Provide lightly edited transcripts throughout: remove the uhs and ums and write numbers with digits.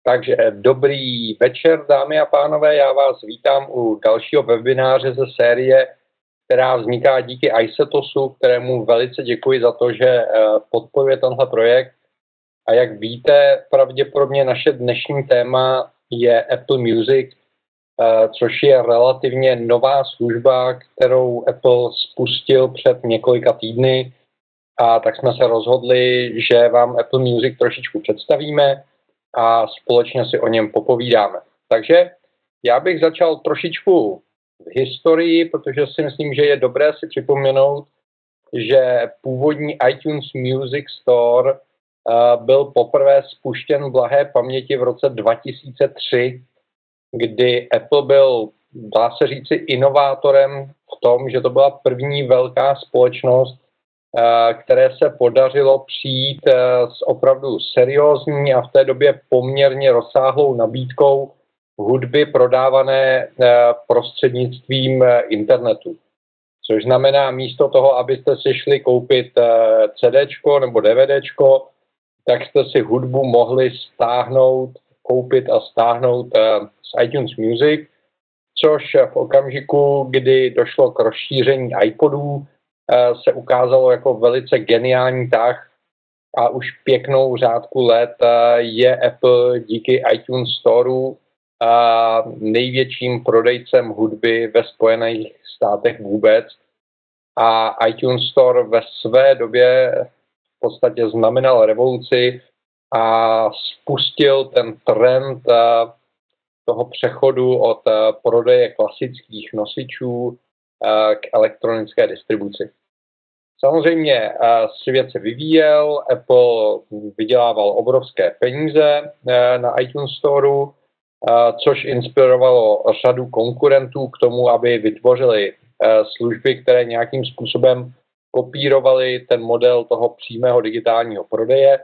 Takže dobrý večer, dámy a pánové, já vás vítám u dalšího webináře ze série, která vzniká díky iSetosu, kterému velice děkuji za to, že podporuje tenhle projekt. A jak víte, pravděpodobně naše dnešní téma je Apple Music, což je relativně nová služba, kterou Apple spustil před několika týdny. A tak jsme se rozhodli, že vám Apple Music trošičku představíme a společně si o něm popovídáme. Takže já bych začal trošičku v historii, protože si myslím, že je dobré si připomenout, že původní iTunes Music Store byl poprvé spuštěn v blahé paměti v roce 2003, kdy Apple byl, dá se říci, inovátorem v tom, že to byla první velká společnost, které se podařilo přijít s opravdu seriózní a v té době poměrně rozsáhlou nabídkou hudby prodávané prostřednictvím internetu. Což znamená, místo toho, abyste si šli koupit CDčko nebo DVDčko, tak jste si hudbu mohli koupit a stáhnout z iTunes Music, což v okamžiku, kdy došlo k rozšíření iPodů, se ukázalo jako velice geniální tah a už pěknou řádku let je Apple díky iTunes Storeu největším prodejcem hudby ve Spojených státech vůbec. A iTunes Store ve své době v podstatě znamenal revoluci a spustil ten trend toho přechodu od prodeje klasických nosičů k elektronické distribuci. Samozřejmě svět se vyvíjel, Apple vydělával obrovské peníze na iTunes Storeu, což inspirovalo řadu konkurentů k tomu, aby vytvořili služby, které nějakým způsobem kopírovaly ten model toho přímého digitálního prodeje.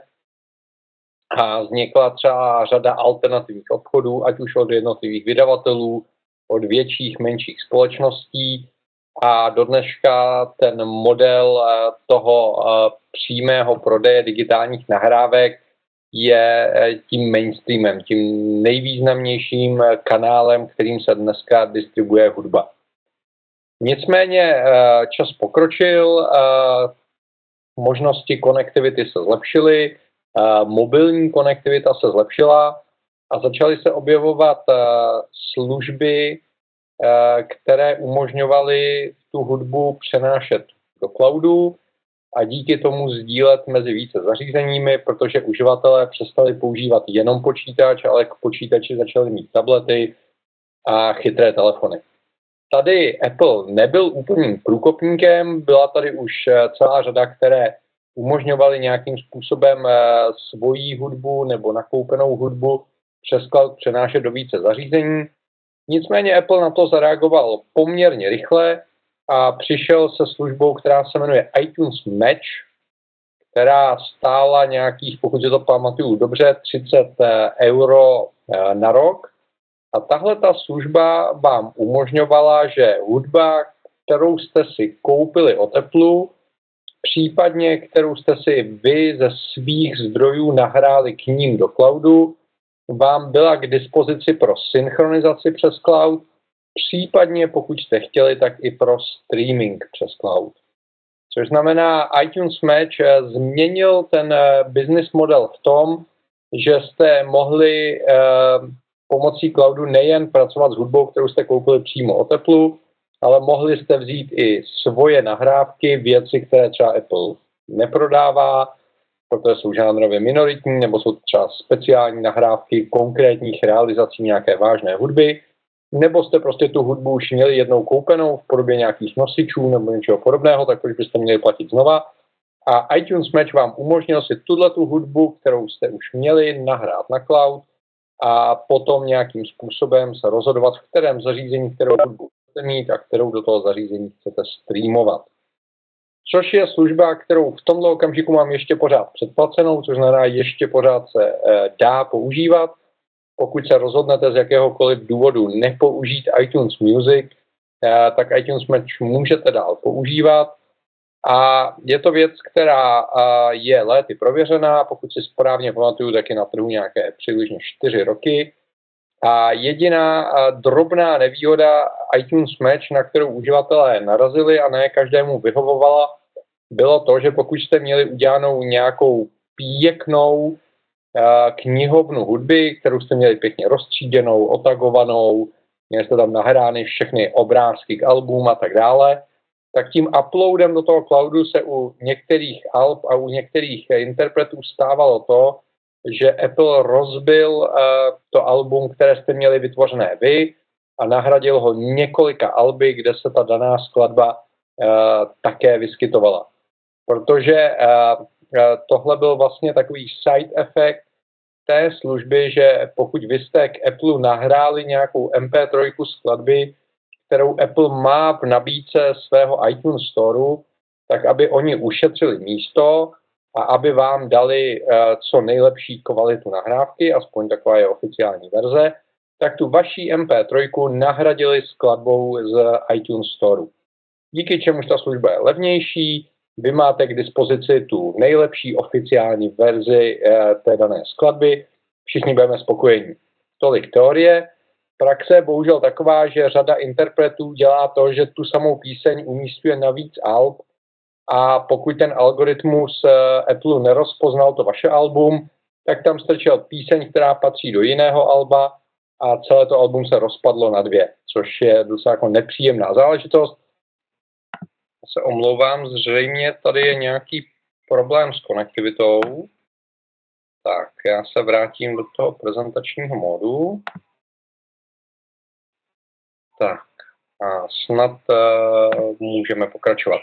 A vznikla třeba řada alternativních obchodů, ať už od jednotlivých vydavatelů, od větších, menších společností. A do dneška ten model toho přímého prodeje digitálních nahrávek je tím mainstreamem, tím nejvýznamnějším kanálem, kterým se dneska distribuje hudba. Nicméně čas pokročil, možnosti konektivity se zlepšily, mobilní konektivita se zlepšila a začaly se objevovat služby, které umožňovaly tu hudbu přenášet do cloudu a díky tomu sdílet mezi více zařízeními, protože uživatelé přestali používat jenom počítač, ale k počítači začali mít tablety a chytré telefony. Tady Apple nebyl úplným průkopníkem, byla tady už celá řada, které umožňovaly nějakým způsobem svoji hudbu nebo nakoupenou hudbu přes cloud přenášet do více zařízení. Nicméně Apple na to zareagoval poměrně rychle a přišel se službou, která se jmenuje iTunes Match, která stála nějakých, pokud si to pamatuju dobře, 30 euro na rok. A tahle ta služba vám umožňovala, že hudba, kterou jste si koupili od Apple, případně kterou jste si vy ze svých zdrojů nahráli k ním do cloudu, vám byla k dispozici pro synchronizaci přes cloud, případně pokud jste chtěli, tak i pro streaming přes cloud. Což znamená, iTunes Match změnil ten business model v tom, že jste mohli pomocí cloudu nejen pracovat s hudbou, kterou jste koupili přímo od Apple, ale mohli jste vzít i svoje nahrávky, věci, které třeba Apple neprodává, protože jsou žánrově minoritní, nebo jsou třeba speciální nahrávky konkrétních realizací nějaké vážné hudby, nebo jste prostě tu hudbu už měli jednou koupenou v podobě nějakých nosičů nebo něčeho podobného, tak proč byste měli platit znova. A iTunes Match vám umožnil si tu hudbu, kterou jste už měli, nahrát na cloud a potom nějakým způsobem se rozhodovat, v kterém zařízení, kterou hudbu chcete mít a kterou do toho zařízení chcete streamovat. Což je služba, kterou v tomto okamžiku mám ještě pořád předplacenou, což znamená, ještě pořád se dá používat. Pokud se rozhodnete z jakéhokoliv důvodu nepoužít iTunes Music, tak iTunes Match můžete dál používat. A je to věc, která je léty prověřená, pokud si správně pamatuju, tak je na trhu nějaké přibližně 4 roky. A jediná drobná nevýhoda iTunes Match, na kterou uživatelé narazili a ne každému vyhovovala, bylo to, že pokud jste měli udělanou nějakou pěknou knihovnu hudby, kterou jste měli pěkně rozstříděnou, otagovanou, měli jste tam nahrány všechny obrázky k album a tak dále, tak tím uploadem do toho cloudu se u některých alb a u některých interpretů stávalo to, že Apple rozbil to album, které jste měli vytvořené vy a nahradil ho několika alby, kde se ta daná skladba také vyskytovala. Protože tohle byl vlastně takový side effect té služby, že pokud vy jste k Apple nahráli nějakou MP3 skladby, kterou Apple má v nabídce svého iTunes Storeu, tak aby oni ušetřili místo a aby vám dali co nejlepší kvalitu nahrávky, aspoň taková je oficiální verze, tak tu vaší MP3 nahradili skladbou z iTunes Storeu. Díky čemuž ta služba je levnější, vy máte k dispozici tu nejlepší oficiální verzi té dané skladby, všichni budeme spokojení. Tolik teorie. Praxe je bohužel taková, že řada interpretů dělá to, že tu samou píseň umístuje na víc alb a pokud ten algoritmus Apple nerozpoznal to vaše album, tak tam strčil píseň, která patří do jiného alba a celé to album se rozpadlo na 2, což je docela jako nepříjemná záležitost. Se omlouvám, zřejmě tady je nějaký problém s konektivitou. Tak, já se vrátím do toho prezentačního módu. Tak, a snad můžeme pokračovat.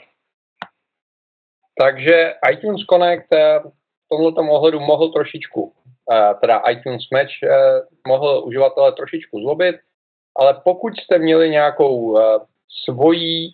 Takže iTunes Connect v tomto ohledu mohl trošičku, teda iTunes Match mohl uživatele trošičku zlobit, ale pokud jste měli nějakou svoji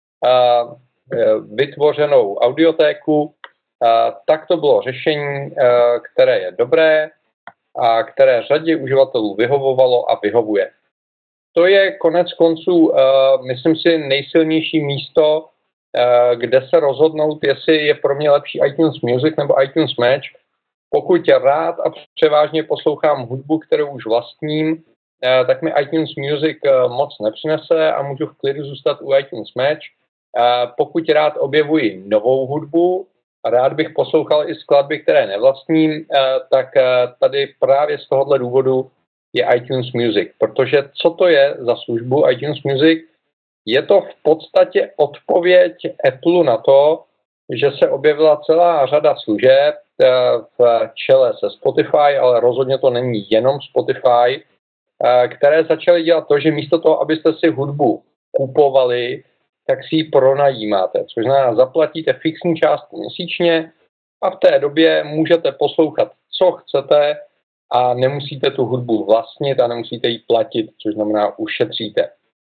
vytvořenou audiotéku, tak to bylo řešení, které je dobré a které řadě uživatelů vyhovovalo a vyhovuje. To je konec konců, myslím si, nejsilnější místo, kde se rozhodnout, jestli je pro mě lepší iTunes Music nebo iTunes Match. Pokud rád a převážně poslouchám hudbu, kterou už vlastním, tak mi iTunes Music moc nepřinese a můžu v klidu zůstat u iTunes Match. Pokud rád objevuji novou hudbu, rád bych poslouchal i skladby, které nevlastním, tak tady právě z tohohle důvodu je iTunes Music. Protože co to je za službu iTunes Music? Je to v podstatě odpověď Apple na to, že se objevila celá řada služeb v čele se Spotify, ale rozhodně to není jenom Spotify, které začaly dělat to, že místo toho, abyste si hudbu kupovali, tak si ji pronajímáte, což znamená, zaplatíte fixní částku měsíčně a v té době můžete poslouchat, co chcete a nemusíte tu hudbu vlastnit a nemusíte ji platit, což znamená, ušetříte.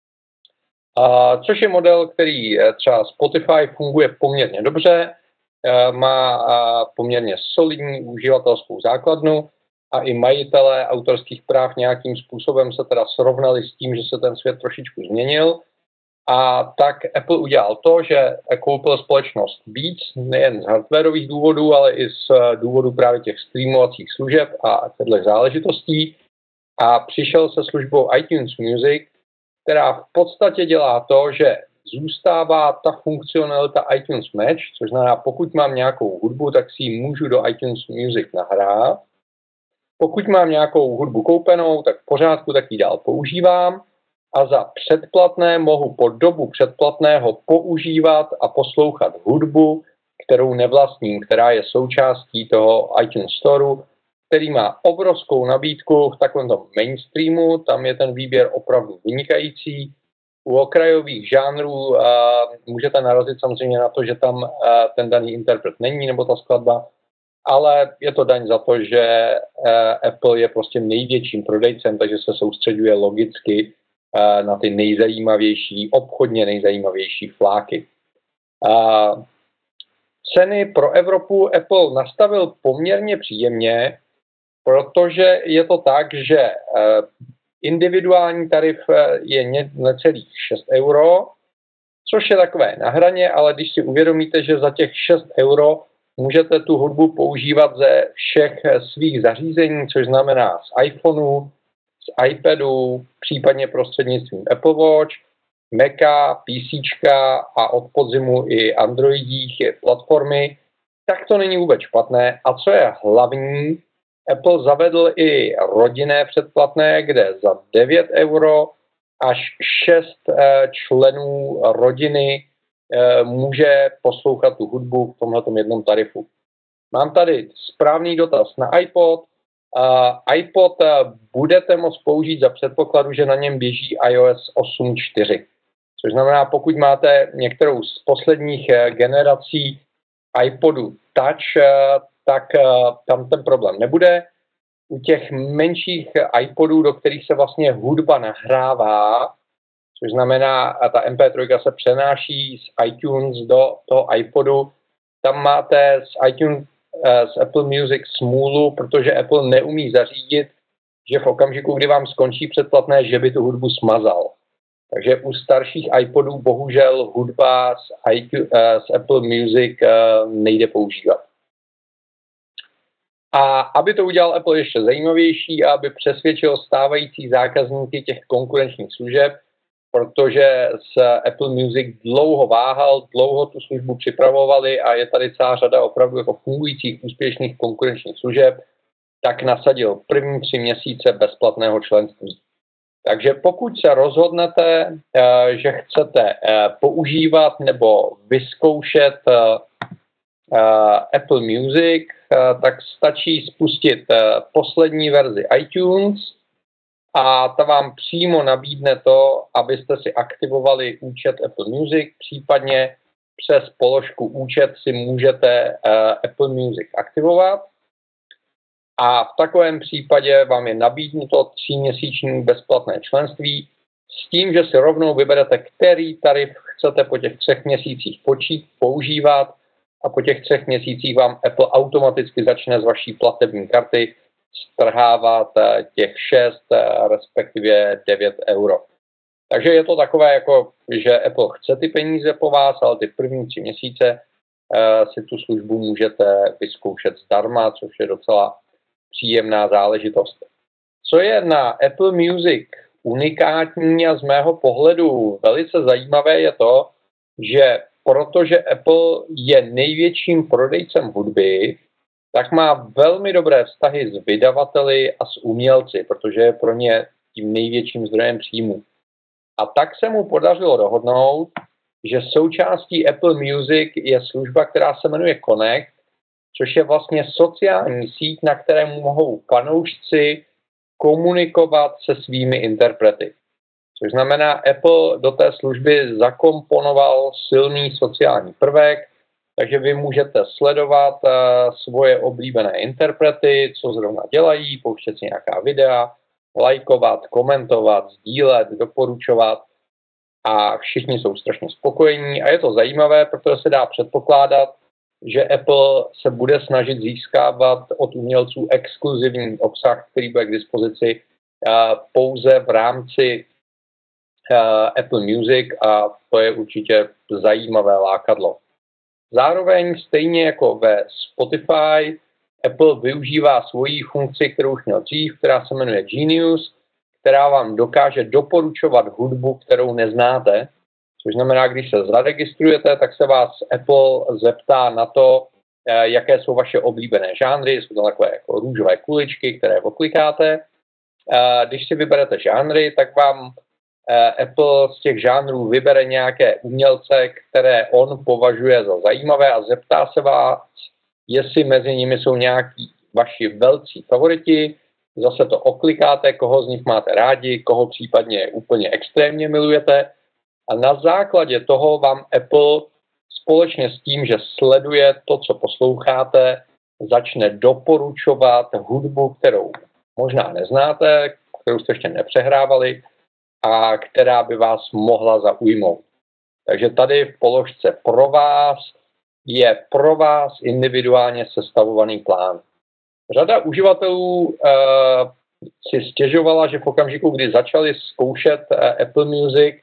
Což je model, který třeba Spotify funguje poměrně dobře, má poměrně solidní uživatelskou základnu a i majitelé autorských práv nějakým způsobem se teda srovnali s tím, že se ten svět trošičku změnil. A tak Apple udělal to, že koupil společnost Beats, nejen z hardwarových důvodů, ale i z důvodu právě těch streamovacích služeb a těchto záležitostí a přišel se službou iTunes Music, která v podstatě dělá to, že zůstává ta funkcionalita iTunes Match, což znamená, pokud mám nějakou hudbu, tak si ji můžu do iTunes Music nahrát. Pokud mám nějakou hudbu koupenou, tak v pořádku, tak ji dál používám. A za předplatné mohu po dobu předplatného používat a poslouchat hudbu, kterou nevlastním, která je součástí toho iTunes Storeu, který má obrovskou nabídku v takovémto mainstreamu, tam je ten výběr opravdu vynikající. U okrajových žánrů můžete narazit samozřejmě na to, že tam ten daný interpret není nebo ta skladba, ale je to daň za to, že Apple je prostě největším prodejcem, takže se soustředuje logicky na ty nejzajímavější, obchodně nejzajímavější fláky. Ceny pro Evropu Apple nastavil poměrně příjemně, protože je to tak, že individuální tarif je necelých 6 euro, což je takové na hraně, ale když si uvědomíte, že za těch 6 euro můžete tu hudbu používat ze všech svých zařízení, což znamená z iPhoneu, z iPadu, případně prostřednictvím Apple Watch, Maca, PCčka a od podzimu i Androidích platformy, tak to není vůbec špatné. A co je hlavní, Apple zavedl i rodinné předplatné, kde za 9 euro až 6 členů rodiny může poslouchat tu hudbu v tomhletom jednom tarifu. Mám tady správný dotaz na iPod. iPod budete moct použít za předpokladu, že na něm běží iOS 8.4. Což znamená, pokud máte některou z posledních generací iPodu Touch, tak tam ten problém nebude. U těch menších iPodů, do kterých se vlastně hudba nahrává, což znamená, ta MP3 se přenáší z iTunes do toho iPodu, tam máte z Apple Music smůlu, protože Apple neumí zařídit, že v okamžiku, kdy vám skončí předplatné, že by tu hudbu smazal. Takže u starších iPodů bohužel hudba z Apple Music nejde používat. A aby to udělal Apple ještě zajímavější a aby přesvědčil stávající zákazníky těch konkurenčních služeb, protože s Apple Music dlouho váhal, dlouho tu službu připravovali a je tady celá řada opravdu jako fungujících úspěšných konkurenčních služeb, tak nasadil první 3 měsíce bezplatného členství. Takže pokud se rozhodnete, že chcete používat nebo vyzkoušet Apple Music, tak stačí spustit poslední verzi iTunes a ta vám přímo nabídne to, abyste si aktivovali účet Apple Music, případně přes položku účet si můžete Apple Music aktivovat. A v takovém případě vám je nabídnuto 3měsíční bezplatné členství s tím, že si rovnou vyberete, který tarif chcete po těch 3 měsících používat a po těch 3 měsících vám Apple automaticky začne z vaší platební karty strhávat těch 6, respektive 9 euro. Takže je to takové, jako, že Apple chce ty peníze po vás, ale ty první 3 měsíce si tu službu můžete vyzkoušet zdarma, což je docela příjemná záležitost. Co je na Apple Music unikátní a z mého pohledu velice zajímavé je to, že protože Apple je největším prodejcem hudby, tak má velmi dobré vztahy s vydavateli a s umělci, protože je pro ně tím největším zdrojem příjmu. A tak se mu podařilo dohodnout, že součástí Apple Music je služba, která se jmenuje Connect, což je vlastně sociální síť, na které mohou fanoušci komunikovat se svými interprety. Což znamená, Apple do té služby zakomponoval silný sociální prvek, takže vy můžete sledovat svoje oblíbené interprety, co zrovna dělají, pouštět si nějaká videa, lajkovat, komentovat, sdílet, doporučovat a všichni jsou strašně spokojení a je to zajímavé, protože se dá předpokládat, že Apple se bude snažit získávat od umělců exkluzivní obsah, který bude k dispozici pouze v rámci Apple Music a to je určitě zajímavé lákadlo. Zároveň stejně jako ve Spotify, Apple využívá svoji funkci, kterou už měl dřív, která se jmenuje Genius, která vám dokáže doporučovat hudbu, kterou neznáte. Což znamená, když se zaregistrujete, tak se vás Apple zeptá na to, jaké jsou vaše oblíbené žánry. Jsou to takové jako růžové kuličky, které oklikáte. Když si vyberete žánry, tak vám Apple z těch žánrů vybere nějaké umělce, které on považuje za zajímavé a zeptá se vás, jestli mezi nimi jsou nějaký vaši velcí favoriti. Zase to oklikáte, koho z nich máte rádi, koho případně úplně extrémně milujete. A na základě toho vám Apple společně s tím, že sleduje to, co posloucháte, začne doporučovat hudbu, kterou možná neznáte, kterou jste ještě nepřehrávali a která by vás mohla zaujmout. Takže tady v položce pro vás je pro vás individuálně sestavovaný plán. Řada uživatelů si stěžovala, že v okamžiku, kdy začali zkoušet Apple Music,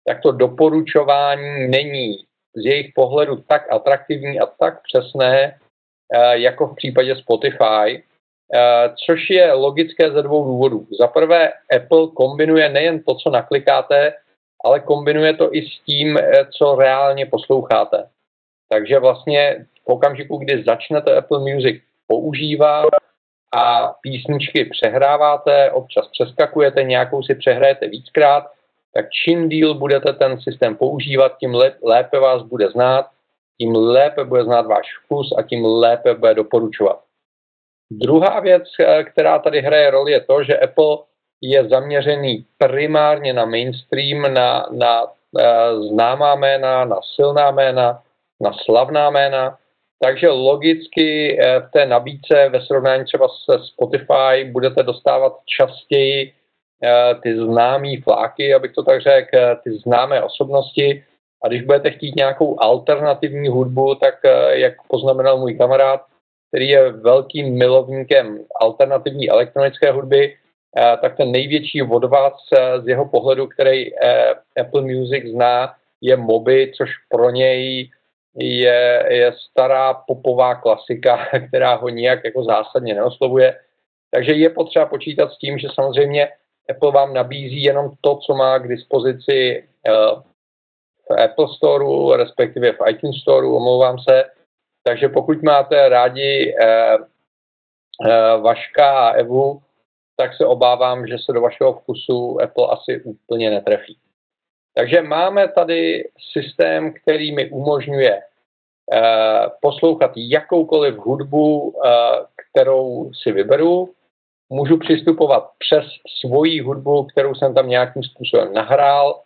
tak to doporučování není z jejich pohledu tak atraktivní a tak přesné, jako v případě Spotify, což je logické ze dvou důvodů. Za prvé, Apple kombinuje nejen to, co naklikáte, ale kombinuje to i s tím, co reálně posloucháte. Takže vlastně v okamžiku, kdy začnete Apple Music používat a písničky přehráváte, občas přeskakujete, nějakou si přehrajete víckrát, tak čím díl budete ten systém používat, tím lépe vás bude znát, tím lépe bude znát váš vkus a tím lépe bude doporučovat. Druhá věc, která tady hraje roli, je to, že Apple je zaměřený primárně na mainstream, na známá jména, na silná jména, na slavná jména, takže logicky v té nabídce ve srovnání třeba se Spotify budete dostávat častěji ty známý fláky, abych to tak řekl, ty známé osobnosti. A když budete chtít nějakou alternativní hudbu, tak jak poznamenal můj kamarád, který je velkým milovníkem alternativní elektronické hudby, tak ten největší odvaz z jeho pohledu, který Apple Music zná, je Moby, což pro něj je stará popová klasika, která ho nijak jako zásadně neoslovuje. Takže je potřeba počítat s tím, že samozřejmě Apple vám nabízí jenom to, co má k dispozici v Apple Storeu, respektive v iTunes Storeu, omlouvám se. Takže pokud máte rádi Vaška a Evu, tak se obávám, že se do vašeho vkusu Apple asi úplně netrefí. Takže máme tady systém, který mi umožňuje poslouchat jakoukoliv hudbu, kterou si vyberu. Můžu přistupovat přes svoji hudbu, kterou jsem tam nějakým způsobem nahrál,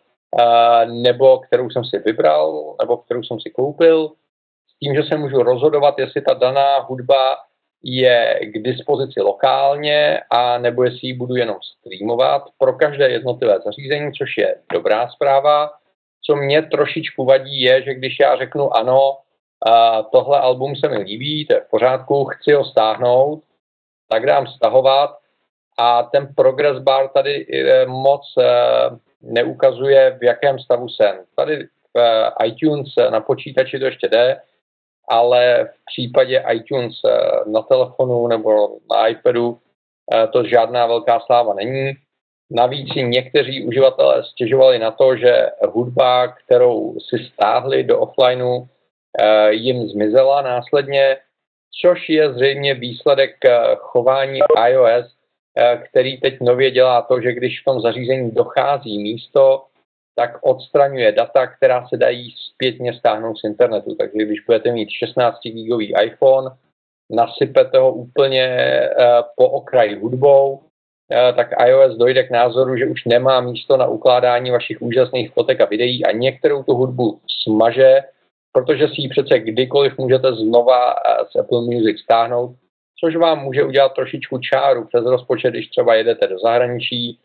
nebo kterou jsem si vybral, nebo kterou jsem si koupil. S tím, že se můžu rozhodovat, jestli ta daná hudba je k dispozici lokálně, a nebo jestli ji budu jenom streamovat pro každé jednotlivé zařízení, což je dobrá zpráva. Co mě trošičku vadí je, že když já řeknu ano, tohle album se mi líbí, to je v pořádku, chci ho stáhnout, tak dám stahovat a ten progress bar tady moc neukazuje, v jakém stavu jsem. Tady v iTunes na počítači to ještě jde, ale v případě iTunes na telefonu nebo na iPadu to žádná velká sláva není. Navíc si někteří uživatelé stěžovali na to, že hudba, kterou si stáhli do offlineu, jim zmizela následně, což je zřejmě výsledek chování iOS, který teď nově dělá to, že když v tom zařízení dochází místo, tak odstraňuje data, která se dají zpětně stáhnout z internetu. Takže když budete mít 16 GB iPhone, nasypete ho úplně po okraji hudbou, tak iOS dojde k názoru, že už nemá místo na ukládání vašich úžasných fotek a videí a některou tu hudbu smaže, protože si ji přece kdykoliv můžete znova z Apple Music stáhnout, což vám může udělat trošičku čáru přes rozpočet, když třeba jedete do zahraničí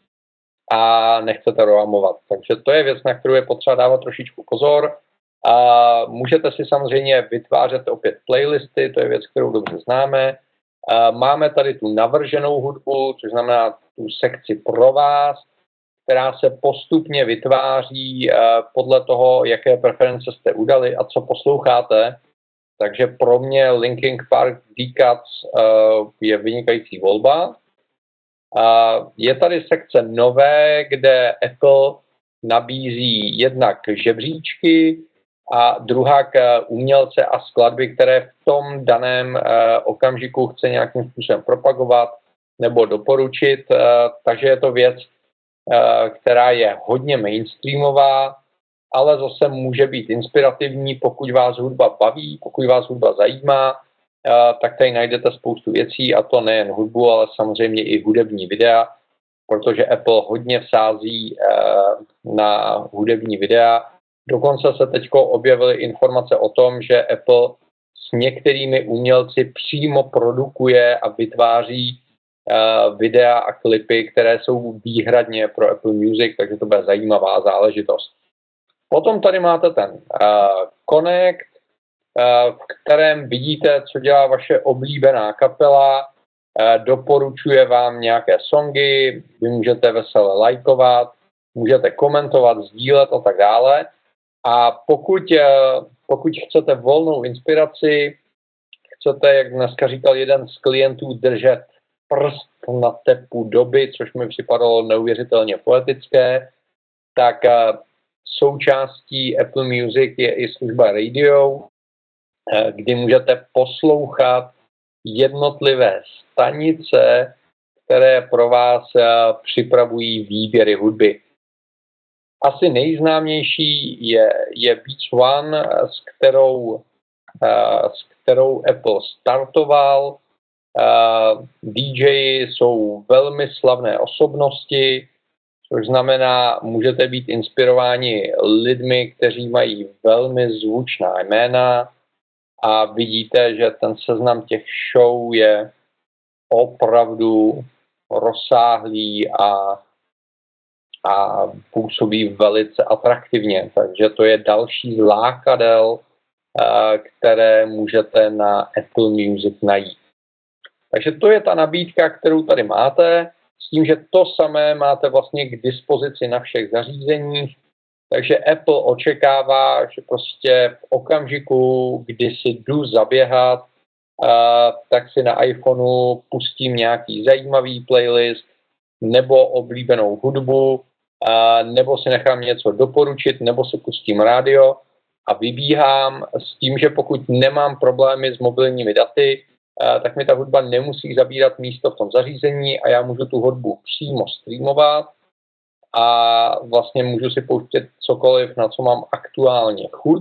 a nechcete roamovat. Takže to je věc, na kterou je potřeba dávat trošičku pozor. A můžete si samozřejmě vytvářet opět playlisty, to je věc, kterou dobře známe. Máme tady tu navrženou hudbu, což znamená tu sekci pro vás, která se postupně vytváří podle toho, jaké preference jste udali a co posloucháte. Takže pro mě Linkin Park Decades je vynikající volba. Je tady sekce nové, kde Apple nabízí jednak žebříčky a druhá umělce a skladby, které v tom daném okamžiku chce nějakým způsobem propagovat nebo doporučit. Takže je to věc, která je hodně mainstreamová, ale zase může být inspirativní, pokud vás hudba baví, pokud vás hudba zajímá, tak tady najdete spoustu věcí, a to nejen hudbu, ale samozřejmě i hudební videa, protože Apple hodně vsází na hudební videa. Dokonce se teď objevily informace o tom, že Apple s některými umělci přímo produkuje a vytváří videa a klipy, které jsou výhradně pro Apple Music, takže to bude zajímavá záležitost. Potom tady máte ten Connect, v kterém vidíte, co dělá vaše oblíbená kapela, doporučuje vám nějaké songy, vy můžete vesele lajkovat, můžete komentovat, sdílet a tak dále. A pokud chcete volnou inspiraci, chcete, jak dneska říkal jeden z klientů, držet prst na tepu doby, což mi připadalo neuvěřitelně poetické, tak součástí Apple Music je i služba Radio, kdy můžete poslouchat jednotlivé stanice, které pro vás připravují výběry hudby. Asi nejznámější je Beats One, s kterou Apple startoval. DJ jsou velmi slavné osobnosti, což znamená, můžete být inspirováni lidmi, kteří mají velmi zvučná jména a vidíte, že ten seznam těch show je opravdu rozsáhlý a působí velice atraktivně. Takže to je další z lákadel, které můžete na Apple Music najít. Takže to je ta nabídka, kterou tady máte, s tím, že to samé máte vlastně k dispozici na všech zařízeních. Takže Apple očekává, že prostě v okamžiku, kdy si jdu zaběhat, tak si na iPhoneu pustím nějaký zajímavý playlist nebo oblíbenou hudbu, nebo si nechám něco doporučit, nebo si pustím rádio a vybíhám s tím, že pokud nemám problémy s mobilními daty, tak mi ta hudba nemusí zabírat místo v tom zařízení a já můžu tu hudbu přímo streamovat a vlastně můžu si pouštět cokoliv, na co mám aktuálně chuť.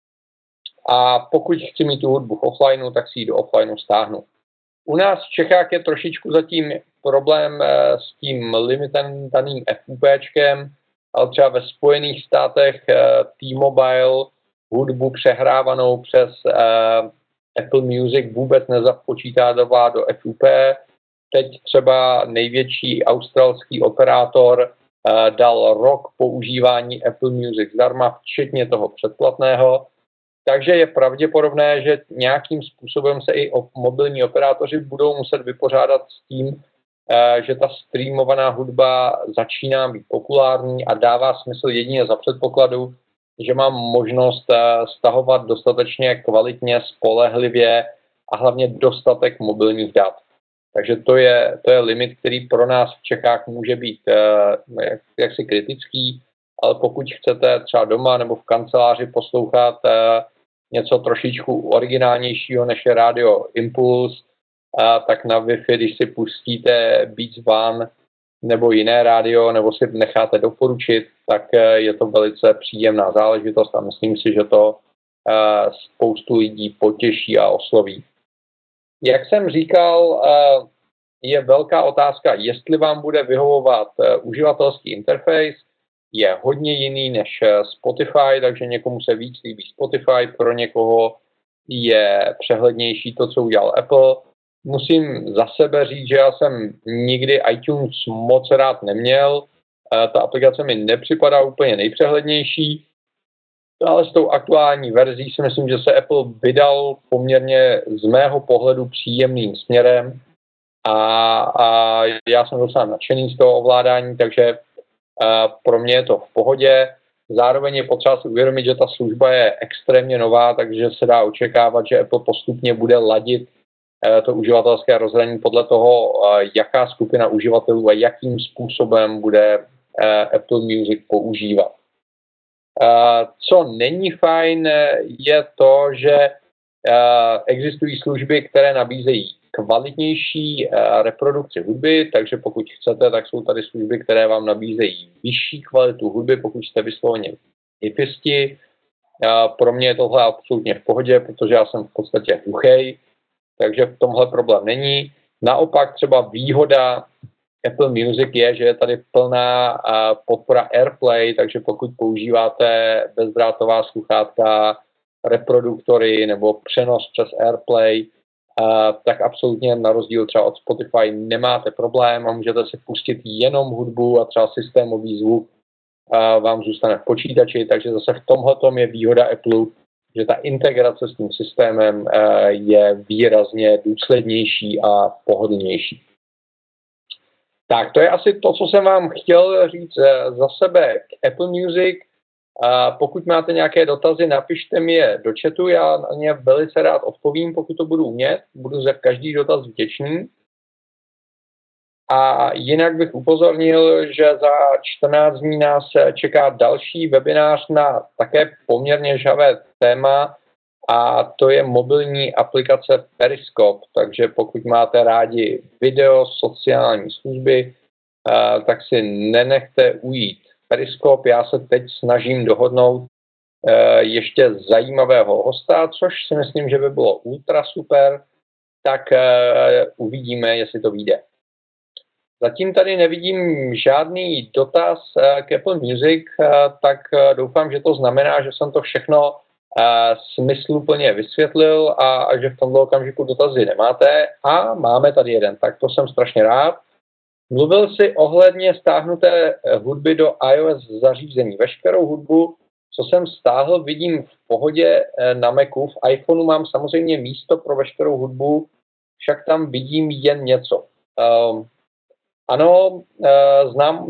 A pokud chci mít tu hudbu v offlineu, tak si ji do offlineu stáhnu. U nás v Čechách je trošičku zatím problém s tím limitem daným FUPčkem, ale třeba ve Spojených státech T-Mobile hudbu přehrávanou přes Apple Music vůbec nezapočítává do FUP. Teď třeba největší australský operátor dal rok používání Apple Music zdarma, včetně toho předplatného. Takže je pravděpodobné, že nějakým způsobem se i mobilní operátoři budou muset vypořádat s tím, že ta streamovaná hudba začíná být populární a dává smysl jedině za předpokladu, že mám možnost stahovat dostatečně kvalitně, spolehlivě a hlavně dostatek mobilních dat. Takže to je limit, který pro nás v Čechách může být jaksi kritický, ale pokud chcete třeba doma nebo v kanceláři poslouchat něco trošičku originálnějšího než je rádio Impuls, tak na Wi-Fi, když si pustíte Beats One nebo jiné rádio, nebo si necháte doporučit, tak je to velice příjemná záležitost a myslím si, že to spoustu lidí potěší a osloví. Jak jsem říkal, je velká otázka, jestli vám bude vyhovovat uživatelský interface. Je hodně jiný než Spotify, takže někomu se víc líbí Spotify, pro někoho je přehlednější to, co udělal Apple. Musím za sebe říct, že já jsem nikdy iTunes moc rád neměl. Ta aplikace mi nepřipadá úplně nejpřehlednější, ale s tou aktuální verzí si myslím, že se Apple vydal poměrně z mého pohledu příjemným směrem a já jsem docela nadšený z toho ovládání, takže pro mě je to v pohodě. Zároveň je potřeba si uvědomit, že ta služba je extrémně nová, takže se dá očekávat, že Apple postupně bude ladit to uživatelské rozhraní podle toho, jaká skupina uživatelů a jakým způsobem bude Apple Music používat. Co není fajn, je to, že existují služby, které nabízejí kvalitnější reprodukci hudby, takže pokud chcete, tak jsou tady služby, které vám nabízejí vyšší kvalitu hudby, pokud jste vysloveně hipisti. Pro mě je tohle absolutně v pohodě, protože já jsem v podstatě hluchej, takže v tomhle problém není. Naopak třeba výhoda Apple Music je, že je tady plná podpora AirPlay, takže pokud používáte bezdrátová sluchátka, reproduktory nebo přenos přes AirPlay, tak absolutně na rozdíl třeba od Spotify nemáte problém a můžete si pustit jenom hudbu a třeba systémový zvuk vám zůstane v počítači, takže zase v tomhletom je výhoda Apple, že ta integrace s tím systémem je výrazně důslednější a pohodlnější. Tak to je asi to, co jsem vám chtěl říct za sebe k Apple Music. Pokud máte nějaké dotazy, napište mi je do chatu, já na ně velice rád odpovím, pokud to budu umět. Budu za každý dotaz vděčný. A jinak bych upozornil, že za 14 dní nás čeká další webinář na také poměrně žhavé téma, a to je mobilní aplikace Periscope. Takže pokud máte rádi video, sociální služby, tak si nenechte ujít Periscope. Já se teď snažím dohodnout ještě zajímavého hosta, což si myslím, že by bylo ultra super, tak uvidíme, jestli to vyjde. Zatím tady nevidím žádný dotaz k Apple Music, tak doufám, že to znamená, že jsem to všechno smysluplně vysvětlil a že v tomto okamžiku dotazy nemáte. A máme tady jeden, tak to jsem strašně rád. Mluvil si ohledně stáhnuté hudby do iOS zařízení. Veškerou hudbu, co jsem stáhl, vidím v pohodě na Macu. V iPhoneu mám samozřejmě místo pro veškerou hudbu, však tam vidím jen něco. Ano, znám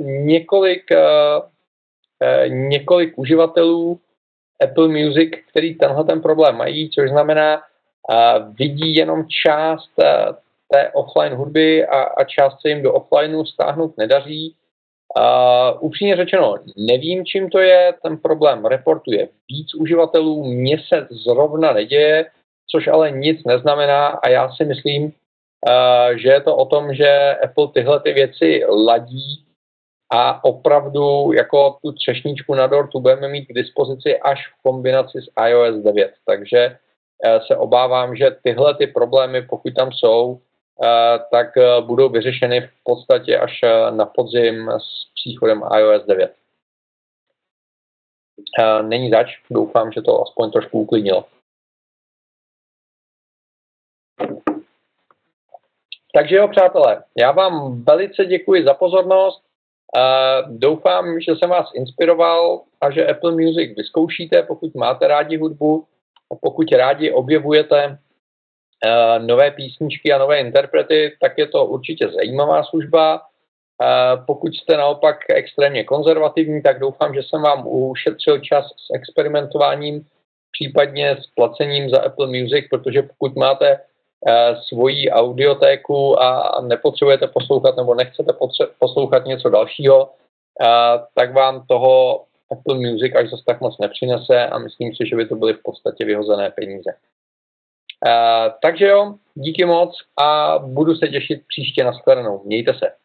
několik uživatelů Apple Music, který tenhle ten problém mají, což znamená, vidí jenom část té offline hudby a část se jim do offlineu stáhnout nedaří. Upřímně řečeno, nevím, čím to je, ten problém reportuje víc uživatelů, mně se zrovna neděje, což ale nic neznamená a já si myslím, že je to o tom, že Apple tyhle ty věci ladí a opravdu jako tu třešničku na dortu budeme mít k dispozici až v kombinaci s iOS 9. Takže se obávám, že tyhle ty problémy, pokud tam jsou, tak budou vyřešeny v podstatě až na podzim s příchodem iOS 9. Není zač, doufám, že to aspoň trošku uklidnilo. Takže jo, přátelé, já vám velice děkuji za pozornost. Doufám, že jsem vás inspiroval a že Apple Music vyzkoušíte, pokud máte rádi hudbu a pokud rádi objevujete nové písničky a nové interprety, tak je to určitě zajímavá služba. Pokud jste naopak extrémně konzervativní, tak doufám, že jsem vám ušetřil čas s experimentováním, případně s placením za Apple Music, protože pokud máte svoji audiotéku a nepotřebujete poslouchat nebo nechcete poslouchat něco dalšího, tak vám toho Apple Music až zase tak moc nepřinese a myslím si, že by to byly v podstatě vyhozené peníze. Takže jo, díky moc a budu se těšit příště na shledanou. Mějte se.